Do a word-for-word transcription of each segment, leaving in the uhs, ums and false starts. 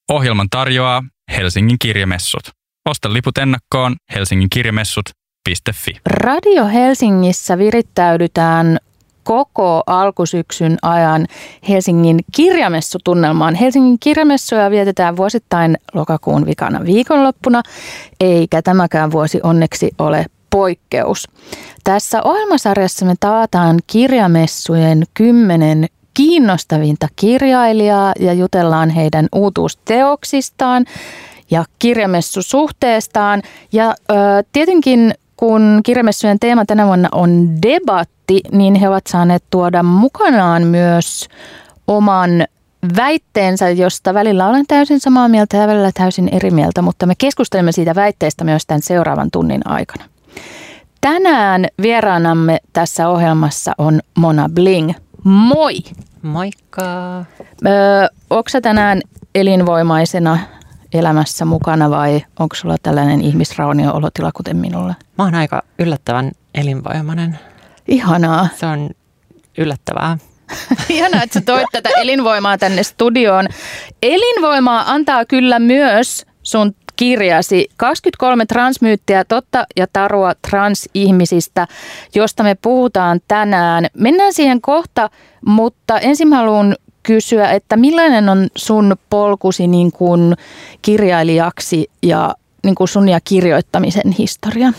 Ohjelman tarjoaa Helsingin kirjamessut. Osta liput ennakkoon helsingin kirjamessut piste fi. Radio Helsingissä virittäydytään koko alkusyksyn ajan Helsingin kirjamessutunnelmaan. Helsingin kirjamessuja vietetään vuosittain lokakuun vikana viikonloppuna, eikä tämäkään vuosi onneksi ole poikkeus. Tässä ohjelmasarjassa me tavataan kirjamessujen kymmenen kiinnostavinta kirjailijaa ja jutellaan heidän uutuusteoksistaan ja kirjamessusuhteestaan. Ja ö, tietenkin kun kirjamessujen teema tänä vuonna on debatti, niin he ovat saaneet tuoda mukanaan myös oman väitteensä, josta välillä olen täysin samaa mieltä ja välillä täysin eri mieltä, mutta me keskustelemme siitä väitteestä myös tämän seuraavan tunnin aikana. Tänään vieraanamme tässä ohjelmassa on Mona Bling. Moi! Moikka! Öö, onko sä tänään elinvoimaisena elämässä mukana vai onko sulla tällainen ihmisraunio-olotila kuten minulla? Mä oon aika yllättävän elinvoimainen. Ihanaa. Se on yllättävää. Ihanaa, että sä toit tätä elinvoimaa tänne studioon. Elinvoimaa antaa kyllä myös sun kirjasi kaksikymmentäkolme transmyyttiä, totta ja tarua transihmisistä, josta me puhutaan tänään. Mennään siihen kohta, mutta ensin haluan kysyä, että millainen on sun polkusi niin kuin kirjailijaksi ja niin kuin sun ja kirjoittamisen historia?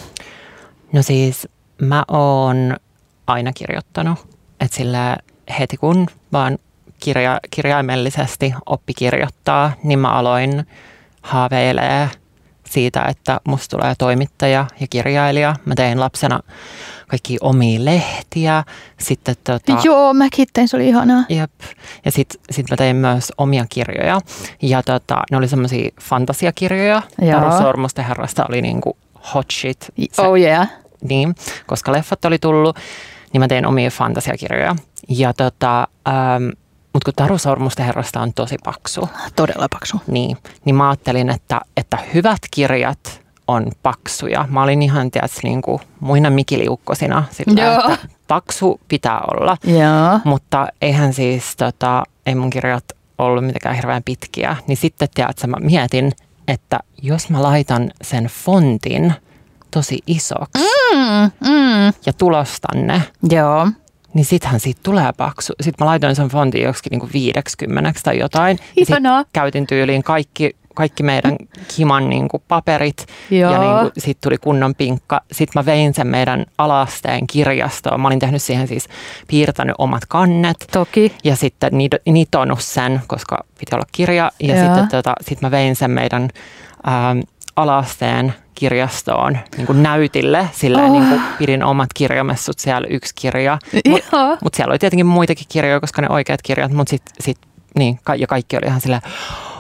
No siis mä oon aina kirjoittanut, että sillä heti kun vaan kirja, kirjaimellisesti oppi kirjoittaa, niin mä aloin haaveilee siitä, että musta tulee toimittaja ja kirjailija. Mä tein lapsena kaikki omia lehtiä. Sitten tota, Joo, mäkin tein, se oli ihanaa. Jep. Ja sitten sit mä tein myös omia kirjoja. Ja tota, ne oli semmosia fantasiakirjoja. Taru Sormusten herrasta oli niinku hot shit. Se, oh yeah. Niin, koska leffat oli tullut, niin mä tein omia fantasiakirjoja. Ja tota... Ähm, Mutta kun Taru Sormusten herrasta on tosi paksu. Todella paksu. Niin, niin mä ajattelin, että, että hyvät kirjat on paksuja. Mä olin ihan tiedätkö, niin kuin muina mikiliukkosina sillä, että paksu pitää olla. Joo. Mutta eihän siis, tota, ei mun kirjat ollut mitenkään hirveän pitkiä. Niin sitten tiedätkö, mä mietin, että jos mä laitan sen fontin tosi isoksi mm, mm. ja tulostan ne. Joo. Niin sittenhän siitä tulee paksu. Sitten mä laitoin sen fontin joksikin niinku viideksikymmeneksi tai jotain. Ihanaa. Käytin tyyliin kaikki, kaikki meidän kiman niinku paperit. Joo. Ja niinku, sitten tuli kunnon pinkka. Sitten mä vein sen meidän ala-asteen kirjastoon. Mä olin tehnyt siihen siis, piirtänyt omat kannet. Toki. Ja sitten nitonut sen, koska piti olla kirja. Ja Joo. sitten tota, sit mä vein sen meidän ähm, ala-asteen kirjastoon niin kuin näytille. Silleen oh. niin kuin pidin omat kirjamessut siellä yksi kirja. Mutta mut siellä oli tietenkin muitakin kirjoja, koska ne oikeat kirjat, mutta sitten sit, niin, ja kaikki oli ihan silleen,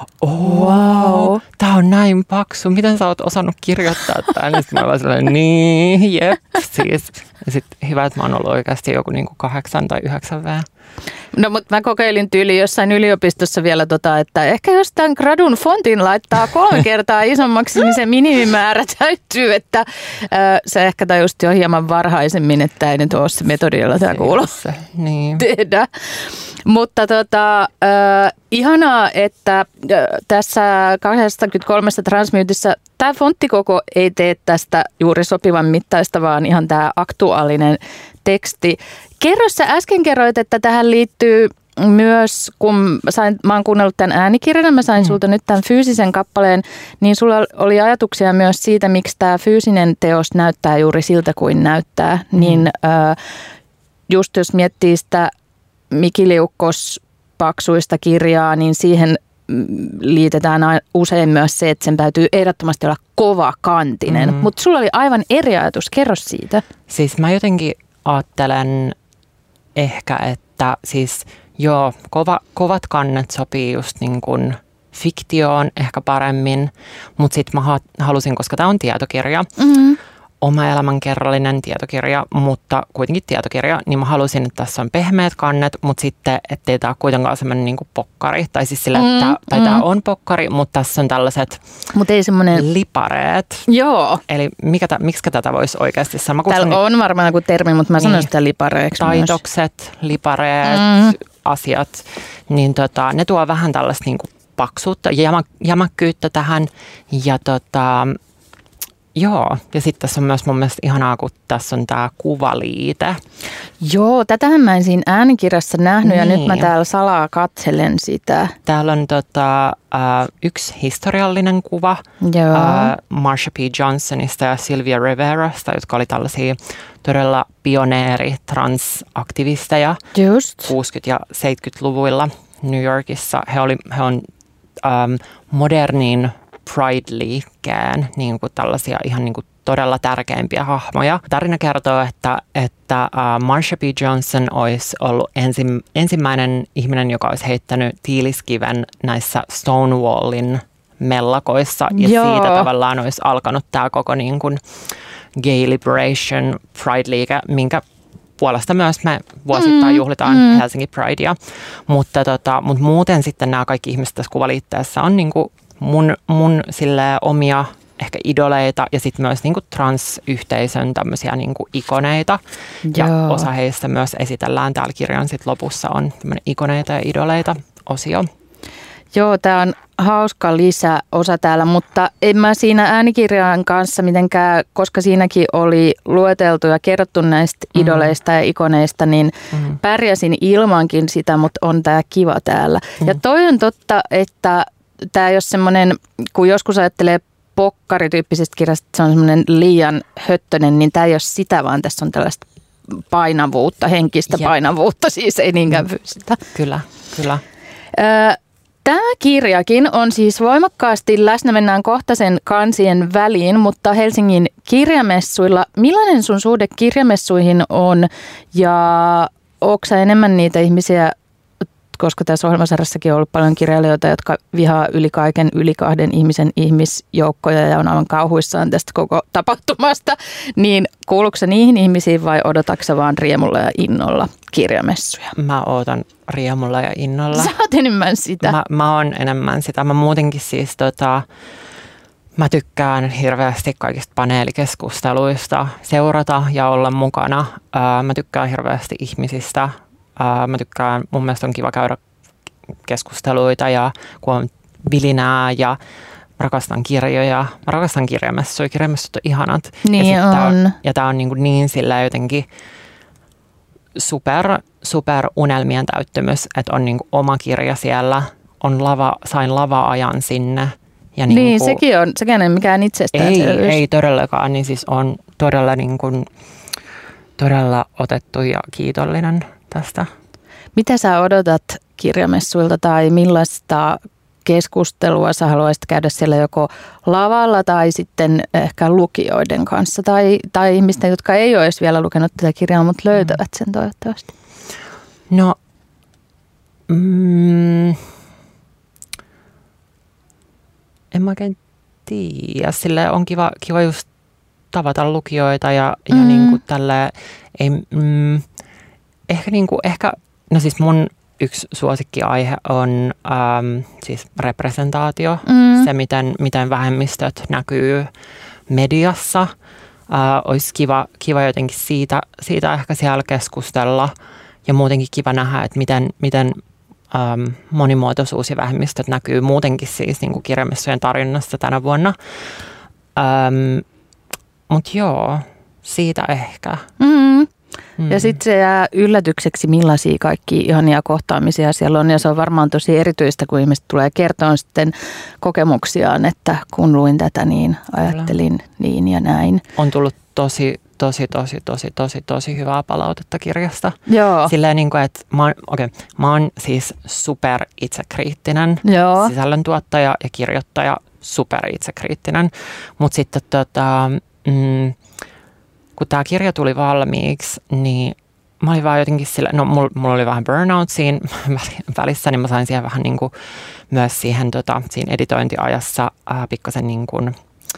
oh, wow, tää on näin paksu, miten sä oot osannut kirjoittaa tämän? Ja sitten mä olin silleen, niin, jep, siis. Ja sitten hyvä, että mä oon ollut oikeasti joku niin kuin kahdeksan tai yhdeksän V. No, mutta mä kokeilin tyyli jossain yliopistossa vielä tota, että ehkä jos tämän gradun fontin laittaa kolme kertaa isommaksi, niin se minimimäärä täyttyy, että äh, se ehkä tajusti jo hieman varhaisemmin, että ei nyt ole se metodi, jolla tämä kuuluu niin. tehdä. Mutta tota, äh, ihanaa, että äh, tässä kaksikymmentäkolme transmyytissä tämä fonttikoko ei tee tästä juuri sopivan mittaista, vaan ihan tämä aktuaalinen teksti. Kerro, sä äsken kerroit, että tähän liittyy myös, kun sain, mä oon kuunnellut tämän äänikirjan, mä sain mm. sulta nyt tämän fyysisen kappaleen, niin sulla oli ajatuksia myös siitä, miksi tämä fyysinen teos näyttää juuri siltä kuin näyttää. Mm. Niin äh, just jos miettii sitä mikiliukkospaksuista kirjaa, niin siihen liitetään usein myös se, että sen täytyy ehdottomasti olla kovakantinen. Mm. Mutta sulla oli aivan eri ajatus. Kerro siitä. Siis mä jotenkin ajattelen ehkä, että siis joo, kova, kovat kannet sopii just niin kuin fiktioon ehkä paremmin, mutta sitten mä halusin, koska tämä on tietokirja, mm-hmm. oma elämänkerrallinen tietokirja, mutta kuitenkin tietokirja, niin mä halusin, että tässä on pehmeät kannet, mutta sitten, ettei tämä ole kuitenkaan semmoinen niin kuin pokkari, tai siis sillä, että mm, tai mm. tämä on pokkari, mutta tässä on tällaiset Mut ei semmoinen lipareet. Joo. Eli mikä, miksi tätä voisi oikeasti sanoa? Täällä on varmaan joku termi, mutta mä sanon niin, sitä lipareeksi taitokset, myös. lipareet, mm. asiat, niin tota, ne tuo vähän tällaista niin kuin paksuutta ja jämä, jämäkkyyttä tähän. Ja tota, joo, ja sitten tässä on myös mun mielestä ihanaa, kun tässä on tämä kuvaliite. Joo, tätähän mä en siinä äänikirjassa nähnyt niin. Ja nyt mä Niin. täällä salaa katselen sitä. Täällä on tota, äh, yksi historiallinen kuva Joo. äh, Marsha P. Johnsonista ja Sylvia Riverasta, jotka oli tällaisia todella pioneeri-transaktivisteja Just. kuusikymmentä- ja seitsemänkymmentäluvuilla New Yorkissa. He, oli, he on ähm, modernin Pride-liikkeen niin kuin tällaisia ihan niin kuin todella tärkeimpiä hahmoja. Tarina kertoo, että, että uh, Marsha P. Johnson olisi ollut ensi, ensimmäinen ihminen, joka olisi heittänyt tiiliskiven näissä Stonewallin mellakoissa. Ja Joo. siitä tavallaan olisi alkanut tämä koko niin kuin Gay Liberation Pride-liike, minkä puolesta myös me vuosittain juhlitaan mm, mm. Helsinki Pridea. Mutta, tota, mutta muuten sitten nämä kaikki ihmiset tässä kuvaliitteessä on niin kuin mun, mun silleen omia ehkä idoleita ja sitten myös niinku transyhteisön tämmöisiä niinku ikoneita. Ja Joo. osa heistä myös esitellään täällä kirjan sit lopussa on tämmöinen ikoneita ja idoleita osio. Joo, tämä on hauska lisäosa täällä, mutta en mä siinä äänikirjan kanssa mitenkään, koska siinäkin oli lueteltu ja kerrottu näistä mm. idoleista ja ikoneista, niin mm. pärjäsin ilmankin sitä, mutta on tää kiva täällä. Mm. Ja toi on totta, että tämä ei ole semmoinen, kun joskus ajattelee pokkarityyppisestä kirjasta, että se on semmoinen liian höttönen, niin tämä ei ole sitä, vaan tässä on tällaista painavuutta, henkistä ja. painavuutta, siis ei niinkään mm. fyysistä. Kyllä, kyllä. Öö, Tämä kirjakin on siis voimakkaasti läsnä, mennään kohta sen kansien väliin, mutta Helsingin kirjamessuilla, millainen sun suhde kirjamessuihin on ja onko sä enemmän niitä ihmisiä, koska tässä ohjelmasarjassakin on ollut paljon kirjailijoita, jotka vihaa yli kaiken yli kahden ihmisen ihmisjoukkoja ja on aivan kauhuissaan tästä koko tapahtumasta, niin kuuluuko sä niihin ihmisiin vai odotatko sä vaan riemulla ja innolla kirjamessuja? Mä ootan riemulla ja innolla. Sä oot enemmän sitä. Mä, mä oon enemmän sitä. Mä muutenkin siis tota, mä tykkään hirveästi kaikista paneelikeskusteluista seurata ja olla mukana. Ää, mä tykkään hirveästi ihmisistä. Ää, mä tykkään, mun mielestä on kiva käydä keskusteluita ja kun on vilinää ja rakastan kirjoja. Mä rakastan kirjamessuja. Kirjamessut on ihanat. Niin ja on. Tää, ja tää on niin, niin sillä jotenkin super, super unelmien täyttymys, että on niin kuin oma kirja siellä. On lava, sain lava-ajan sinne. Ja niin, niin kuin, sekin on, sekään ei mikään itsestäänselvyys. Ei, ei todellakaan, niin siis on todella, niin kuin, todella otettu ja kiitollinen tästä. Mitä sä odotat kirjamessuilta tai millaista keskustelua sä haluaisit käydä siellä joko lavalla tai sitten ehkä lukijoiden kanssa tai, tai ihmisten, jotka ei ole edes vielä lukenut tätä kirjaa, mutta löytävät sen toivottavasti? No, mm, en mä oikein tiedä. Sille on kiva, kiva just tavata lukijoita ja, ja mm. niin kuin tälle, ei, mm, ehkä, niin kuin, ehkä, no siis mun yksi suosikkiaihe on ähm, siis representaatio, mm. se miten, miten vähemmistöt näkyy mediassa. Äh, olisi kiva, kiva jotenkin siitä, siitä ehkä siellä keskustella ja muutenkin kiva nähdä, että miten, miten ähm, monimuotoisuus ja vähemmistöt näkyy muutenkin siis niin kuin kirjamessujen tarjonnassa tänä vuonna. Ähm, Mutta joo, siitä ehkä. Mm. Mm. Ja sitten se jää yllätykseksi, millaisia kaikki ihania kohtaamisia siellä on. Ja se on varmaan tosi erityistä, kun ihmiset tulee kertoa sitten kokemuksiaan, että kun luin tätä, niin ajattelin Kyllä. niin ja näin. On tullut tosi, tosi, tosi, tosi, tosi, tosi hyvää palautetta kirjasta. Joo. Silleen niin kuin, että mä oon, okay, mä oon siis super itsekriittinen Joo. sisällöntuottaja ja kirjoittaja, super itsekriittinen. Mutta sitten tota... Mm, kun tämä kirja tuli valmiiksi, niin mä olin vaan jotenkin sillä, no mulla, mulla oli vähän burnout siinä välissä, niin mä sain siihen vähän niin kuin myös siihen tota, siinä editointiajassa äh, pikkasen niin kuin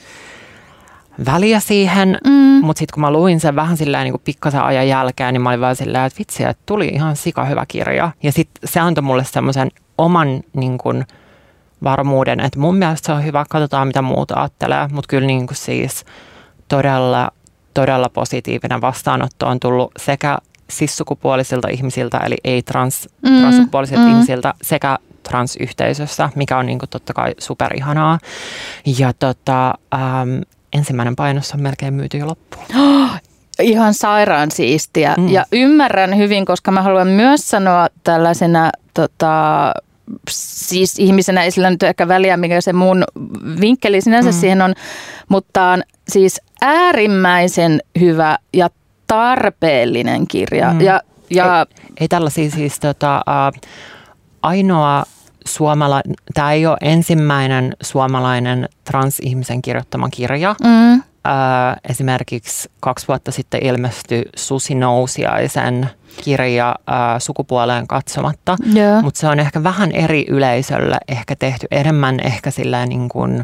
väliä siihen. Mm. Mutta sitten kun mä luin sen vähän silleen niin kuin pikkasen ajan jälkeen, niin mä olin vaan silleen, että vitsi, että tuli ihan sika hyvä kirja. Ja sitten se antoi mulle semmoisen oman niin kuin varmuuden, että mun mielestä se on hyvä, katsotaan mitä muuta ajattelee, mutta kyllä niin kuin siis todella todella positiivinen vastaanotto on tullut sekä cis-sukupuolisilta ihmisiltä, eli ei-trans, mm, transsukupuolisilta mm. ihmisiltä, sekä transyhteisössä, mikä on niin kuin totta kai superihanaa. Ja tota, ähm, ensimmäinen painos on melkein myyty jo loppuun. Ihan sairaan siistiä. Mm. Ja ymmärrän hyvin, koska mä haluan myös sanoa tällaisena tota, siis ihmisenä, ei sillä nyt ehkä väliä, mikä se mun vinkkeli sinänsä mm. siihen on, mutta on siis äärimmäisen hyvä ja tarpeellinen kirja. Mm. Ja, ja ei, ei tällaisia siis tota, uh, ainoa suomalainen, tämä ei ole ensimmäinen suomalainen transihmisen kirjoittama kirja. Mm. Äh, esimerkiksi kaksi vuotta sitten ilmestyi Susi Nousiaisen kirja äh, Sukupuoleen katsomatta, yeah. mutta se on ehkä vähän eri yleisölle ehkä tehty, enemmän ehkä silleen niin kuin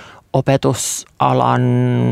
opetusalan,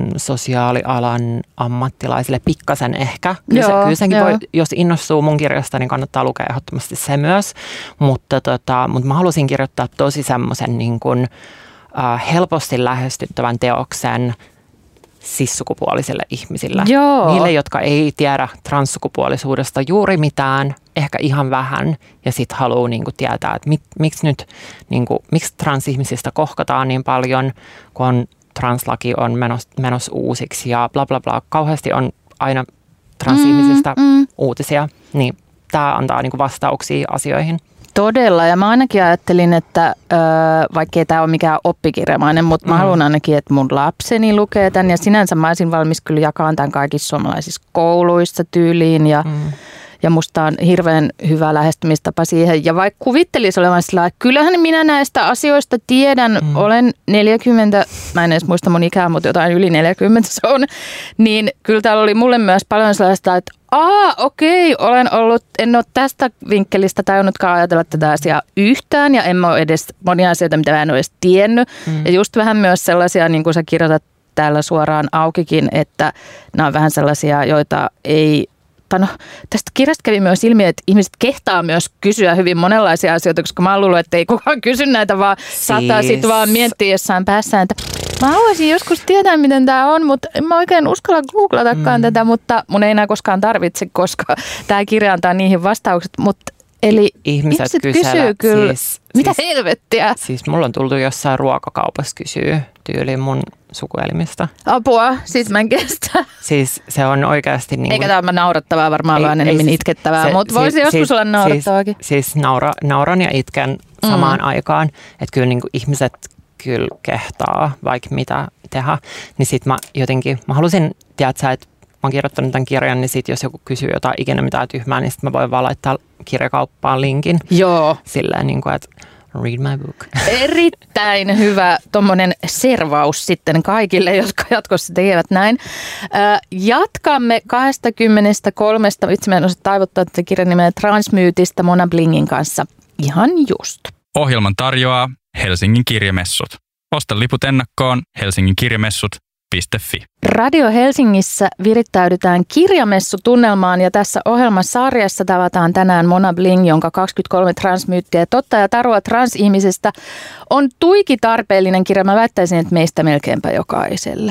sosiaalialan ammattilaisille pikkasen ehkä. Kyllä, joo, se, kyllä senkin joo. voi, jos innostuu mun kirjasta, niin kannattaa lukea ehdottomasti se myös, mutta, tota, mutta mä halusin kirjoittaa tosi semmoisen niin kuin, äh, helposti lähestyttävän teoksen cis-sukupuolisille ihmisille. Joo. Niille, jotka ei tiedä transsukupuolisuudesta juuri mitään, ehkä ihan vähän, ja sitten haluaa niinku tietää, että mit, miksi nyt, niinku, miksi transihmisistä kohkataan niin paljon, kun on, translaki on menossa menos uusiksi ja bla bla bla. Kauheasti on aina transihmisistä mm, mm. uutisia, niin tämä antaa niinku vastauksia asioihin. Todella, ja mä ainakin ajattelin, että vaikkei tämä ole mikään oppikirjamainen, mutta mä mm. haluan ainakin, että mun lapseni lukee tämän, ja sinänsä mä olisin valmis kyllä jakamaan tämän kaikissa suomalaisissa kouluissa tyyliin, ja, mm. ja musta on hirveän hyvä lähestymistapa siihen, ja vaikka kuvittelisi olevan sillä, että kyllähän minä näistä asioista tiedän, mm. olen neljäkymmentä, mä en edes muista mun ikää, mutta jotain yli neljäkymmentä se on, niin kyllä täällä oli mulle myös paljon sellaista, että Aa, okei, olen ollut, en ole tästä vinkkelistä tajunnutkaan ajatella tätä asiaa yhtään ja en ole edes monia asioita, mitä mä en ole edes tiennyt. Mm. Ja just vähän myös sellaisia, niin kuin sä kirjoitat täällä suoraan aukikin, että nämä on vähän sellaisia, joita ei, tai no tästä kirjasta kävi myös ilmi, että ihmiset kehtaa myös kysyä hyvin monenlaisia asioita, koska mä oon luullut, että ei kukaan kysy näitä, vaan siis saattaa sitten vaan miettiä jossain päässään, että mä haluaisin joskus tietää, miten tämä on, mutta en mä oikein uskalla googlatakaan mm. tätä, mutta mun ei enää koskaan tarvitse, koska tämä kirja antaa niihin vastaukset. Mutta eli ihmiset, ihmiset kysyy kyllä, siis, mitä siis, helvettiä? Siis mulla on tullut jossain ruokakaupassa kysyä tyyliin mun sukuelimistä. Apua, siis mä en kestä. Siis se on oikeasti niin kuin, eikä tämä ole naurattavaa, varmaan ei, vaan enemmän siis, itkettävää, mutta voisi siis, joskus olla naurattavaakin. Siis, siis naura, nauran ja itken samaan mm. aikaan, että kyllä niin kuin ihmiset kyllä kehtaa vaikka mitä tehdä, niin sit mä jotenkin, mä halusin, tiedätkö, että mä oon kirjoittanut tämän kirjan, niin sit jos joku kysyy jotain ikinä mitään tyhmää, niin sit mä voin vaan laittaa kirjakauppaan linkin. Joo. Silleen niin kuin, että read my book. Erittäin hyvä tommonen servaus sitten kaikille, jotka jatkossa tekevät näin. Äh, jatkamme kaksikymmentäkolme, itse mä en osaa taivuttaa tätä kirjan nimeä Transmyytistä Mona Blingin kanssa ihan just. Ohjelman tarjoaa Helsingin kirjamessut. Osta liput ennakkoon helsingin kirjamessut piste fi. Radio Helsingissä virittäydytään kirjamessutunnelmaan ja tässä ohjelmasarjassa tavataan tänään Mona Bling, jonka kaksikymmentäkolme transmyyttiä totta ja tarua transihmisestä on tuiki tarpeellinen kirja. Mä väittäisin, että meistä melkeinpä jokaiselle.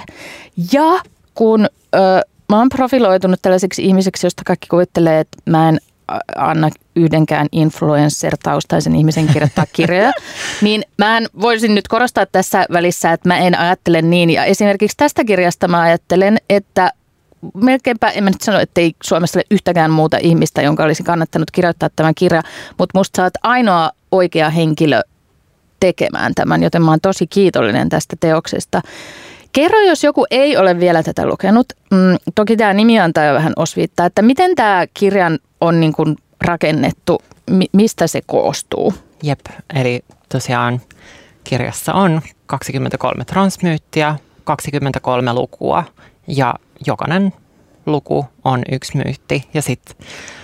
Ja kun ö, mä oon profiloitunut tällaiseksi ihmiseksi, josta kaikki kuvittelee, että mä en anna yhdenkään influencer-taustaisen ihmisen kirjoittaa kirjoja, niin mä en voisin nyt korostaa tässä välissä, että mä en ajattele niin. Ja esimerkiksi tästä kirjasta mä ajattelen, että melkeinpä, en mä nyt sano, että ei Suomessa ole yhtäkään muuta ihmistä, jonka olisi kannattanut kirjoittaa tämän kirja, mutta musta sä oot ainoa oikea henkilö tekemään tämän, joten mä oon tosi kiitollinen tästä teoksesta. Kerro, jos joku ei ole vielä tätä lukenut, mm, toki tämä nimi antaa jo vähän osviittaa, että miten tämä kirjan on niin kuin rakennettu, mi- mistä se koostuu? Jep, eli tosiaan kirjassa on kaksikymmentäkolme transmyyttiä, kaksikymmentäkolme lukua ja jokainen luku on yksi myytti. Ja sitten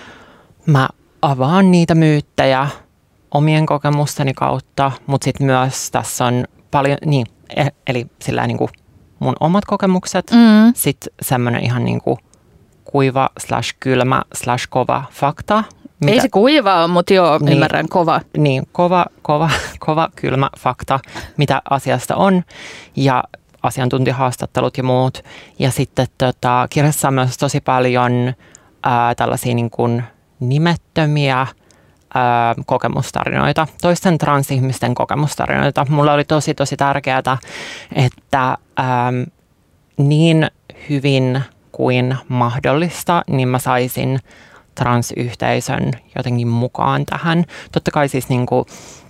mä avaan niitä myyttejä omien kokemusteni kautta, mutta sitten myös tässä on paljon, niin, eli sillä niin kuin mun omat kokemukset, mm. sitten semmoinen ihan niin kuin kuiva slash kylmä slash kova fakta. Mitä, ei se kuiva ole, mutta joo, niin, ymmärrän kova. Niin, kova, kova, kova kylmä fakta, mitä asiasta on ja asiantuntijahaastattelut ja muut. Ja sitten tota, kirjassa on myös tosi paljon ää, tällaisia niin kuin nimettömiä ää, kokemustarinoita, toisten transihmisten kokemustarinoita. Mulla oli tosi tosi tärkeää, että ää, niin hyvin kuin mahdollista, niin mä saisin transyhteisön jotenkin mukaan tähän. Totta kai siis niinku,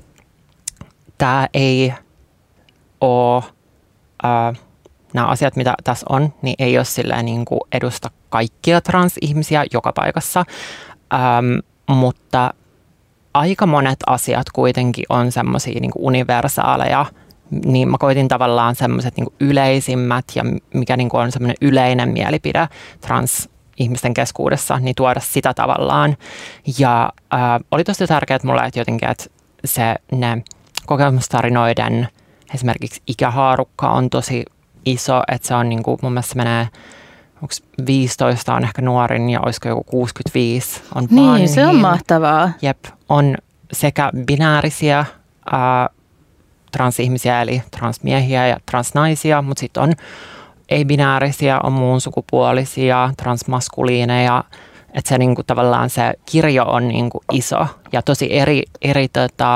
tää ei ole, ää, nämä asiat mitä tässä on, niin ei ole silleen niinku edusta kaikkia transihmisiä joka paikassa, ähm, mutta aika monet asiat kuitenkin on semmoisia niinku universaaleja, niin mä koitin tavallaan semmoiset niinku yleisimmät ja mikä niinku on semmoinen yleinen mielipide transihmisten keskuudessa, niin tuoda sitä tavallaan. Ja äh, oli tosi tärkeää mulle, että jotenkin, että se, ne kokemustarinoiden esimerkiksi ikähaarukka on tosi iso, että se on niinku, mun mielestä se menee, onko viisitoista on ehkä nuorin ja olisiko joku kuusikymmentäviisi on Niin, vanhin. se on mahtavaa. Jep, on sekä binäärisiä ää, transihmisiä eli transmiehiä ja transnaisia, mutta sitten on ei-binäärisiä, on muun sukupuolisia, transmaskuliineja, että se niinku, tavallaan se kirjo on niinku iso ja tosi eri, eri, tota,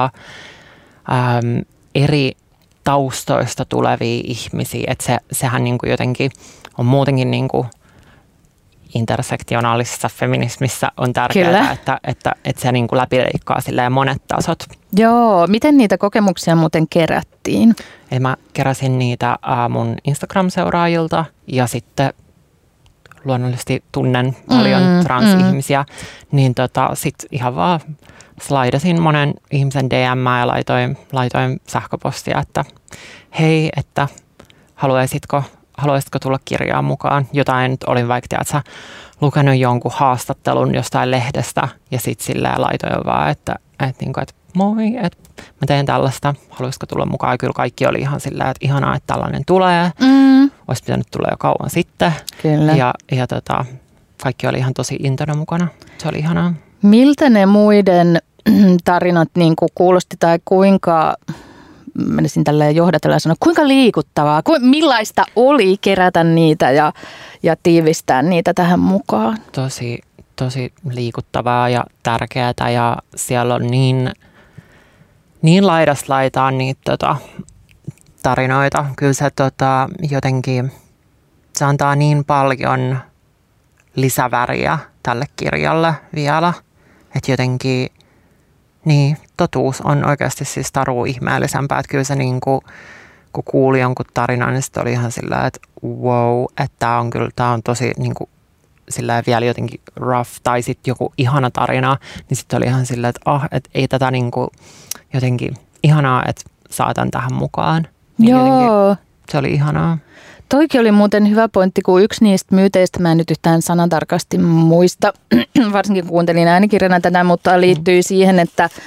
äm, eri taustoista tulevia ihmisiä, että se, sehän niinku jotenkin on muutenkin niinku intersektionaalisessa feminismissä on tärkeää, että, että, että se niinku läpileikkaa silleen monet tasot. Joo, miten niitä kokemuksia muuten kerättiin? Eli mä keräsin niitä ää, mun Instagram-seuraajilta ja sitten luonnollisesti tunnen paljon mm, transihmisiä, mm. niin tota, sit ihan vaan slaidasin monen ihmisen D M ja laitoin, laitoin sähköpostia, että hei, että haluaisitko, haluaisitko tulla kirjaan mukaan? Jotain nyt olin vaikka, tiedätkö, lukenut jonkun haastattelun jostain lehdestä ja sitten silleen laitoin vaan, että, että, että, että moi, että mä teen tällaista, haluaisitko tulla mukaan? Ja kyllä kaikki oli ihan silleen, että ihanaa, että tällainen tulee. Mm. Olisi pitänyt tulla jo kauan sitten. Kyllä. Ja, ja tota, kaikki oli ihan tosi intona mukana. Se oli ihanaa. Miltä ne muiden tarinat niin kuin kuulosti tai kuinka, menisin tälleen johdatella ja sanoa, kuinka liikuttavaa, ku, millaista oli kerätä niitä ja, ja tiivistää niitä tähän mukaan? Tosi, tosi liikuttavaa ja tärkeää ja siellä on niin, niin laidasta laitaan niitä tota, tarinoita. Kyllä se tota, jotenkin, se antaa niin paljon lisäväriä tälle kirjalle vielä, että jotenkin niin, totuus on oikeasti siis taruu ihmeellisempää. Että kyllä se niin kuin, kun kuuli jonkun tarinan, niin sitten oli ihan sillä, että wow, että tämä on kyllä, tämä on tosi niin kuin, sillä vielä jotenkin rough tai sitten joku ihana tarina, niin sitten oli ihan sillä, että ah, että ei tätä niin kuin, jotenkin ihanaa, että saatan tähän mukaan. Niin Joo. Se oli ihanaa. Toikin oli muuten hyvä pointti, kun yksi niistä myyteistä, mä en nyt yhtään sanatarkasti muista, varsinkin kun kuuntelin äänikirjana tätä, mutta liittyy siihen, että ö,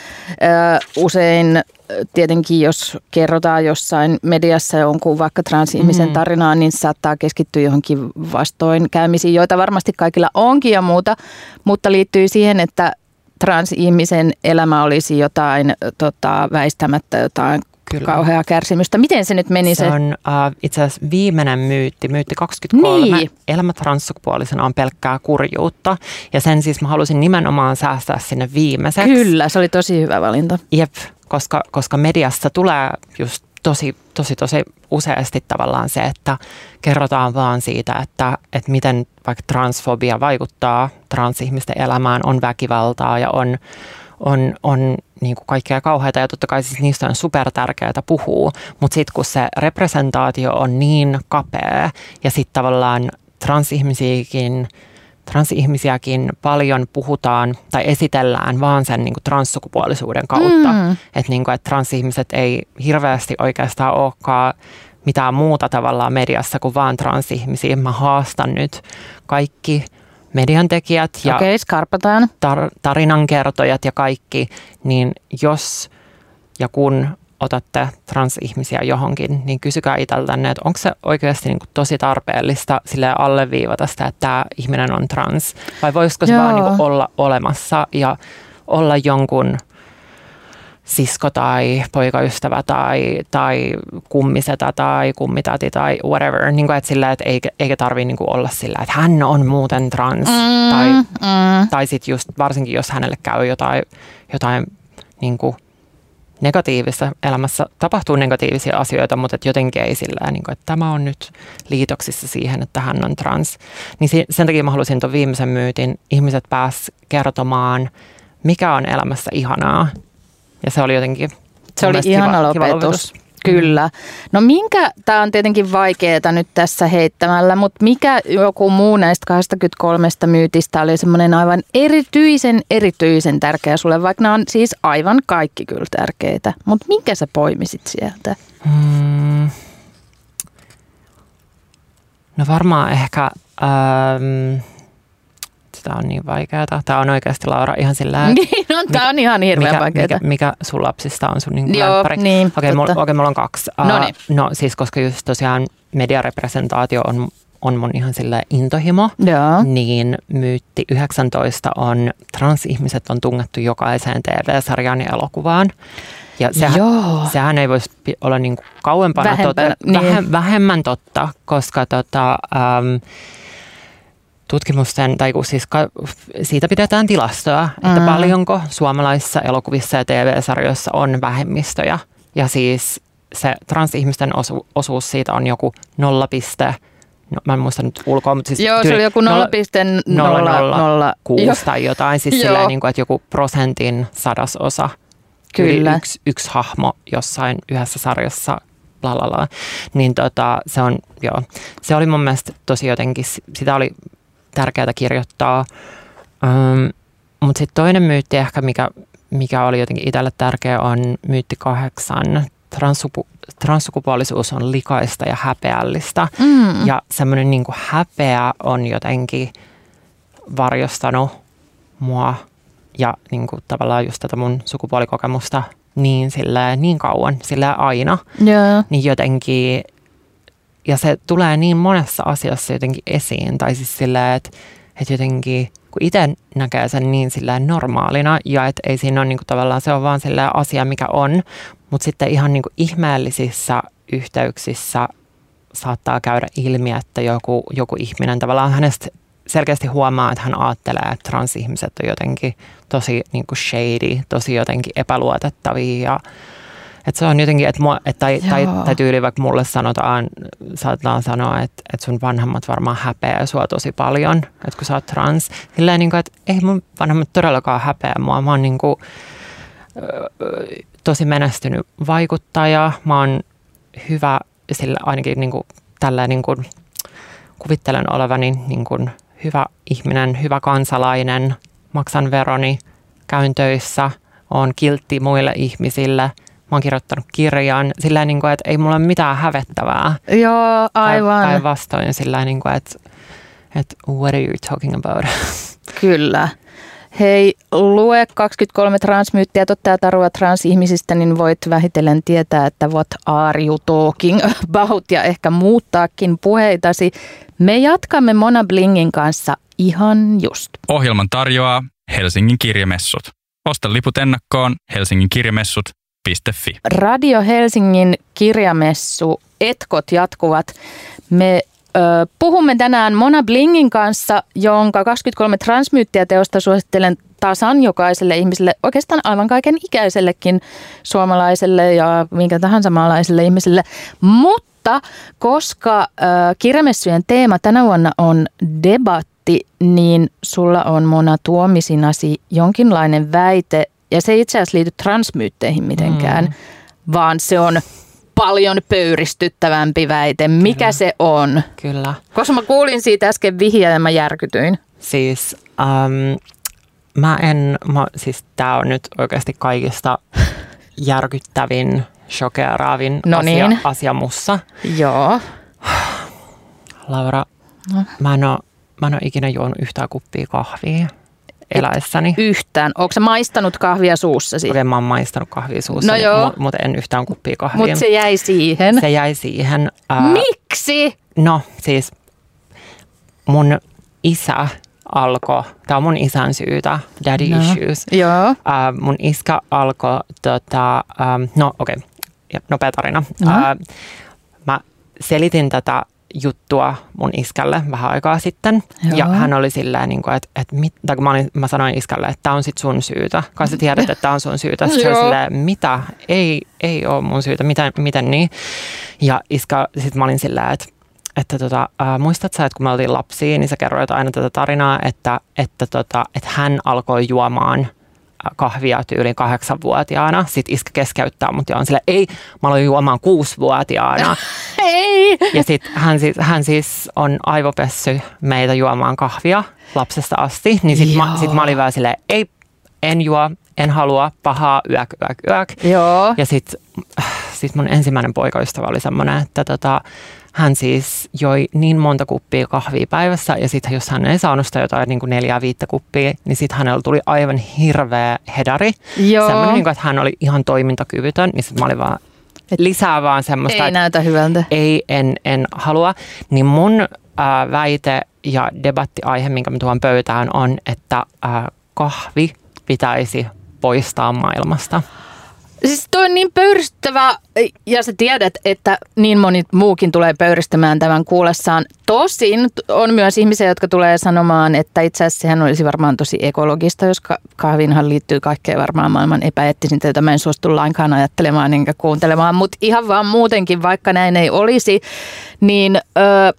usein tietenkin jos kerrotaan jossain mediassa jonkun vaikka transihmisen tarinaa, niin saattaa keskittyä johonkin vastoinkäymisiin, joita varmasti kaikilla onkin ja muuta, mutta liittyy siihen, että transihmisen elämä olisi jotain tota, väistämättä jotain Kyllä. kauheaa kärsimystä. Miten se nyt meni? Se, se? on uh, itse asiassa viimeinen myytti, myytti kaksikymmentäkolme. Niin. Elämä transsukupuolisena on pelkkää kurjuutta. Ja sen siis mä halusin nimenomaan säästää sinne viimeiseksi. Kyllä, se oli tosi hyvä valinta. Jep, koska, koska mediassa tulee just tosi, tosi, tosi useasti tavallaan se, että kerrotaan vaan siitä, että, että miten vaikka transfobia vaikuttaa transihmisten elämään, on väkivaltaa ja on, on, on niin kuin kaikkea kauheita ja totta kai siis niistä on supertärkeää puhua, mutta sitten kun se representaatio on niin kapea ja sitten tavallaan transihmisiäkin, transihmisiäkin paljon puhutaan tai esitellään vaan sen niin kuin transsukupuolisuuden kautta, mm. että niin kuin, että transihmiset ei hirveästi oikeastaan olekaan mitään muuta tavallaan mediassa kuin vaan transihmisiä. Mä haastan nyt kaikki median tekijät ja Okei, skarpataan. tar- tarinankertojat ja kaikki, niin jos ja kun otatte transihmisiä johonkin, niin kysykää itseltänne, että onko se oikeasti niin kuin tosi tarpeellista silleen alleviivata sitä, että tämä ihminen on trans, vai voisiko se Joo. vaan niin kuin olla olemassa ja olla jonkun sisko tai poikaystävä tai, tai kummisetä tai kummitati tai whatever. Niin kuin, että sillä, että eikä, eikä tarvitse niin kuin olla sillä, että hän on muuten trans. Mm, tai mm. tai sitten just varsinkin, jos hänelle käy jotain, jotain niin kuin negatiivista elämässä, tapahtuu negatiivisia asioita, mutta et jotenkin ei sillä, niin kuin, että tämä on nyt liitoksissa siihen, että hän on trans. Niin sen takia mä halusin tuon viimeisen myytin. Ihmiset pääs kertomaan, mikä on elämässä ihanaa. Ja se oli jotenkin se oli ihana lopetus. Kyllä. No minkä, tämä on tietenkin vaikeaa nyt tässä heittämällä, mutta mikä joku muu näistä kaksikymmentäkolme myytistä oli semmoinen aivan erityisen, erityisen tärkeä sulle, vaikka nämä on siis aivan kaikki kyllä tärkeitä. Mutta minkä sä poimisit sieltä? Hmm. No varmaan ehkä... Ähm, Tämä on niin vaikeaa. Tämä on oikeasti, Laura, ihan sillä... Niin, no, tämä on ihan hirveän vaikeaa. Mikä, mikä sun lapsista on sun niin Joo, lämpäri? niin. Okei, mulla, okay, mulla on kaksi. No niin. Uh, no siis, koska just tosiaan mediarepresentaatio on, on mun ihan sillä intohimo, Joo. niin Myytti yhdeksäntoista on, transihmiset on tungettu jokaiseen T V-sarjaan ja elokuvaan. Ja sehän, sehän ei voisi olla niin kuin kauempana vähempän, totta, niin. vähem, vähemmän totta, koska tota... Um, tutkimusten, tai siis siitä pidetään tilastoa, että mm. paljonko suomalaisissa elokuvissa ja T V-sarjoissa on vähemmistöjä. Ja siis se transihmisten osu, osuus siitä on joku nolla, no, mä en muista nyt ulkoa, mutta siis joo, se oli joku nolla pilkku nolla nolla kuusi tai jotain, siis silleen, niin kuin, että joku prosentin sadasosa. Kyllä. Yksi, yksi hahmo jossain yhdessä sarjassa, lalala. Niin tota, se on, joo, se oli mun mielestä tosi jotenkin, sitä oli tärkeää kirjoittaa. Um, mutta sitten toinen myytti ehkä, mikä, mikä oli jotenkin itselle tärkeä, on myytti kahdeksan. Transsuku, transsukupuolisuus on likaista ja häpeällistä. Mm. Ja semmoinen niinku häpeä on jotenkin varjostanut mua ja niinku tavallaan just tätä mun sukupuolikokemusta niin, silleen, niin kauan, silleen aina. Yeah. Niin jotenkin... Ja se tulee niin monessa asiassa jotenkin esiin. Tai siis silleen, että, että jotenkin, kun itse näkee sen niin silleen normaalina, ja että ei siinä ole niin kuin tavallaan, se on vaan silleen asia, mikä on. Mutta sitten ihan niin kuin ihmeellisissä yhteyksissä saattaa käydä ilmi, että joku, joku ihminen tavallaan hänestä selkeästi huomaa, että hän ajattelee, että transihmiset on jotenkin tosi niin kuin shady, tosi jotenkin epäluotettavia ja että se on jotenkin, että mua, et tai, tai, tai tyyli vaikka mulle sanotaan, saatetaan sanoa, että, että sun vanhemmat varmaan häpeää sua tosi paljon, että kun sä oot trans. Silleen niin kuin, että ei mun vanhemmat todellakaan häpeä mua. Mä oon niin kuin, tosi menestynyt vaikuttaja. Mä oon hyvä, sillä ainakin niin kuin, tällä niin kuin, kuvittelen olevani niin kuin, hyvä ihminen, hyvä kansalainen. Maksan veroni, käyn oon kiltti muille ihmisille. Mä oon kirjoittanut kirjan sillä niin kuin, että ei mulla ole mitään hävettävää. Joo, aivan. Tai vastoin sillä niin kuin, että, että what are you talking about? Kyllä. Hei, lue kaksikymmentäkolme transmyyttiä, totta ja tarua transihmisistä, niin voit vähitellen tietää, että what are you talking about ja ehkä muuttaakin puheitasi. Me jatkamme Mona Blingin kanssa ihan just. Ohjelman tarjoaa Helsingin kirjamessut. Osta liput ennakkoon Helsingin kirjamessut. Fi. Radio Helsingin kirjamessu etkot jatkuvat. Me ö, puhumme tänään Mona Blingin kanssa, jonka kaksikymmentäkolme transmyyttiä teosta suosittelen tasan jokaiselle ihmiselle, oikeastaan aivan kaiken ikäisellekin suomalaiselle ja minkä tahansa maalaiselle ihmiselle. Mutta koska ö, kirjamessujen teema tänä vuonna on debatti, niin sulla on, Mona, tuomisinasi jonkinlainen väite. Ja se ei itse asiassa liity transmyytteihin mitenkään, mm. vaan se on paljon pöyristyttävämpi väite. Mikä Kyllä. se on? Kyllä. Koska mä kuulin siitä äsken vihjeä ja mä järkytyin. Siis, um, mä en, mä, siis tää on nyt oikeasti kaikista järkyttävin, shokeraavin no asia, niin. asia mussa. Joo. Laura, no. mä, en oo, mä en ole ikinä juonut yhtään kuppia kahvia. Eläessäni. Yhtään. Ootko sä maistanut kahvia suussasi? Okei, mä oon maistanut kahvia suussani, no mutta mut en yhtään kuppia kahvia. Mutta se jäi siihen. Se jäi siihen. Ää, Miksi? No siis mun isä alkoi, tämä on mun isän syytä, daddy no. issues. Joo. Uh, mun iskä alkoi, tota, um, no okei, okay. nopea tarina. No. Uh, mä selitin tätä juttua mun iskälle vähän aikaa sitten. Joo. Ja hän oli silleen, niin kuin, että, että mit, tai kun mä, olin, mä sanoin iskälle, että tämä on sit sun syytä. Kai sä tiedät, että tämä on sun syytä. Sitten se oli silleen, mitä? Ei, ei ole mun syytä. Miten, miten niin? Ja iskä, sit mä olin silleen, että Että tota, äh, muistat sä, että kun me oltiin lapsia, niin sä kerroit aina tätä tarinaa, että, että, tota, että hän alkoi juomaan kahvia tyyliin kahdeksanvuotiaana. Sitten iskä keskeyttää mut ja on silleen, ei, mä aloin juomaan kuusivuotiaana. Ei! Ja sitten hän, siis, hän siis on aivopessy meitä juomaan kahvia lapsesta asti. Niin sitten mä, sit mä olin vähän silleen, ei, en juo, en halua, pahaa, yök, yök, yök. Joo. Ja sitten sit mun ensimmäinen poikaystävä oli semmoinen, että tota, hän siis joi niin monta kuppia kahvia päivässä ja sitten jos hän ei saanut sitä jotain niin kuin neljää viittä kuppia, niin sitten hänellä tuli aivan hirveä hedari. Joo. Semmoinen, niin kuin, että hän oli ihan toimintakyvytön, niin sitten mä olin vaan lisää vaan semmoista. Ei näytä hyvältä. Ei, en, en halua. Niin mun äh, väite ja debattiaihe, minkä mä tuon pöytään on, että äh, kahvi pitäisi poistaa maailmasta. Siis toi on niin pöyristyttävä, ja sä tiedät, että niin moni muukin tulee pöyristämään tämän kuullessaan. Tosin on myös ihmisiä, jotka tulee sanomaan, että itse asiassa sehän olisi varmaan tosi ekologista, jos kahviinhan liittyy kaikkea varmaan maailman epäeettisintä, jota mä en suostu lainkaan ajattelemaan enkä kuuntelemaan. Mutta ihan vaan muutenkin, vaikka näin ei olisi, niin öö,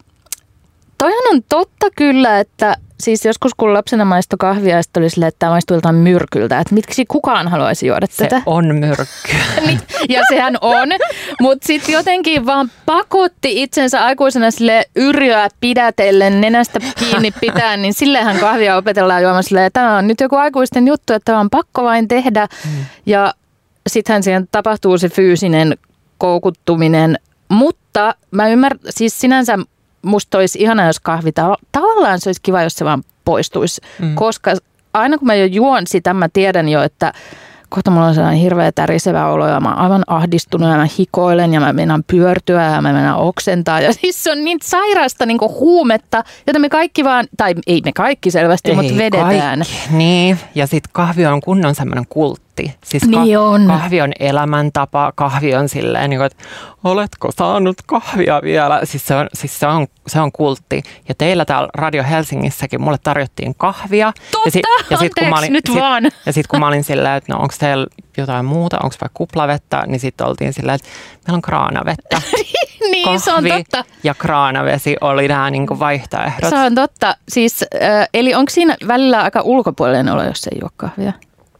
toihan on totta kyllä, että siis joskus kun lapsena maistoi kahvia, ja sitten oli silleen, että tämä maistuu jotain myrkyltä. Että miksi kukaan haluaisi juoda se tätä? Se on myrkky. Ja sehän on. Mutta sitten jotenkin vaan pakotti itsensä aikuisena sille yrjöä pidätellen, nenästä kiinni pitää, niin sillehän kahvia opetellaan juomaan silleen, että tämä on nyt joku aikuisten juttu, että tämä on pakko vain tehdä. Mm. Ja sittenhän siihen tapahtuu se fyysinen koukuttuminen. Mutta mä ymmärrän, siis sinänsä musta olisi ihanaa, jos kahvi tavallaan se olisi kiva, jos se vaan poistuisi, mm. koska aina kun mä jo juon sitä, mä tiedän jo, että kohta mulla on sellainen hirveä tärisevä olo ja mä oon aivan ahdistunut ja mä hikoilen ja mä mennään pyörtyä ja mä mennään oksentaa. Ja siis se on niin sairaasta niin kuin huumetta, jota me kaikki vaan, tai ei me kaikki selvästi, ei mutta vedetään. Kaikki. Niin, ja sitten kahvi on kunnon semmoinen kultti. Siis niin on. Kahvi on elämäntapa, kahvi on silleen, niin kuin, että oletko saanut kahvia vielä? Siis se on, siis se on, se on kultti. Ja teillä täällä Radio Helsingissäkin mulle tarjottiin kahvia. Totta, ja sit, ja sit, kun mä olin, nyt sit, vaan. Ja sitten kun mä olin silleen, että no onko teillä jotain muuta, onko vaikka kuplavettä, niin sitten oltiin silleen, että meillä on kraanavettä. Niin, kahvi se on totta. Ja kraanavesi oli nämä niin kuin vaihtoehdot. Se on totta. Siis, äh, eli onko siinä välillä aika ulkopuolinen olo, jos ei juo kahvia?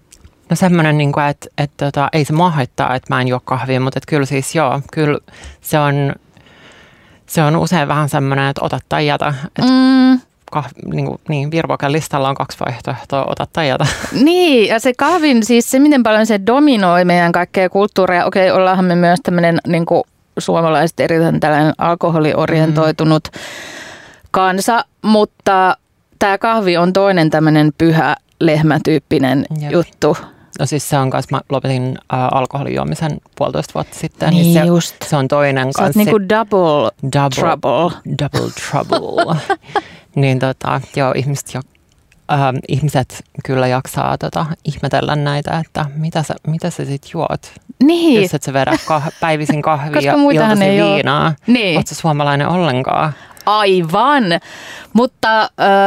No semmoinen, niin kuin, että, että, että ei se mua haittaa, että mä en juo kahvia, mutta että kyllä siis joo, kyllä se on, se on usein vähän semmoinen, että ota tai jätä. Että mm. kahvi, niin, kuin, niin Virvoken listalla on kaksi vaihtoehtoa, ota tai jätä. Niin, ja se kahvin, siis se miten paljon se dominoi meidän kaikkea kulttuuria. Okei, ollaanhan me myös tämmöinen niin kuin suomalaiset erityisen tällainen alkoholiorientoitunut mm. kansa, mutta tämä kahvi on toinen tämmöinen pyhä lehmätyyppinen Jep. juttu. No siis se on kanssa, mä lopetin äh, alkoholijuomisen puolitoista vuotta sitten. Niin, niin se, just. Se on toinen kanssa. Sä oot niinku double, double trouble. Double trouble. Niin tota, joo, ihmiset, jo, äh, ihmiset kyllä jaksaa tota, ihmetellä näitä, että mitä sä, mitä sä sit juot. Niin. Jos et sä vedä kah- päivisin kahvia ja iltaisin viinaa. Niin. Oot sä suomalainen ollenkaan? Aivan. Mutta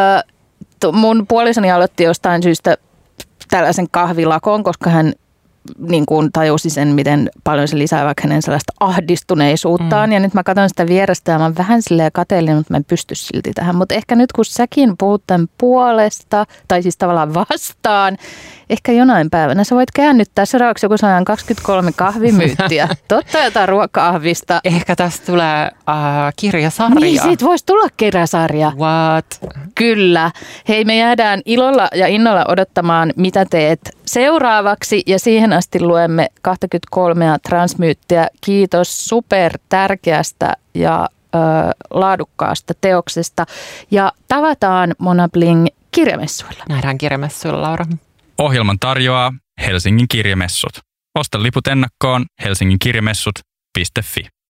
äh, mun puolisoni aloitti jostain syystä tällaisen kahvilakon, koska hän niin kuin tajusi sen, miten paljon se lisää vaikka hänen sellaista ahdistuneisuuttaan. Mm. Ja nyt mä katson sitä vierestä ja mä oon vähän silleen kateellinen, mutta mä en pysty silti tähän. Mutta ehkä nyt kun säkin puhut tämän puolesta, tai siis tavallaan vastaan, ehkä jonain päivänä sä voit käännyttää seuraavaksi joku sata kaksikymmentäkolme kahvimyyttiä. Totta jotain ruokahvista. Ehkä tästä tulee uh, kirjasarja. Niin, siitä voisi tulla kirjasarja. What? Kyllä. Hei, me jäädään ilolla ja innolla odottamaan, mitä teet seuraavaksi. Ja siihen asti luemme kaksikymmentäkolme transmyyttiä. Kiitos super tärkeästä ja ö, laadukkaasta teoksesta. Ja tavataan Mona Bling kirjamessuilla. Nähdään kirjamessuilla, Laura. Ohjelman tarjoaa Helsingin kirjamessut. Osta liput ennakkoon helsinginkirjamessut piste fi.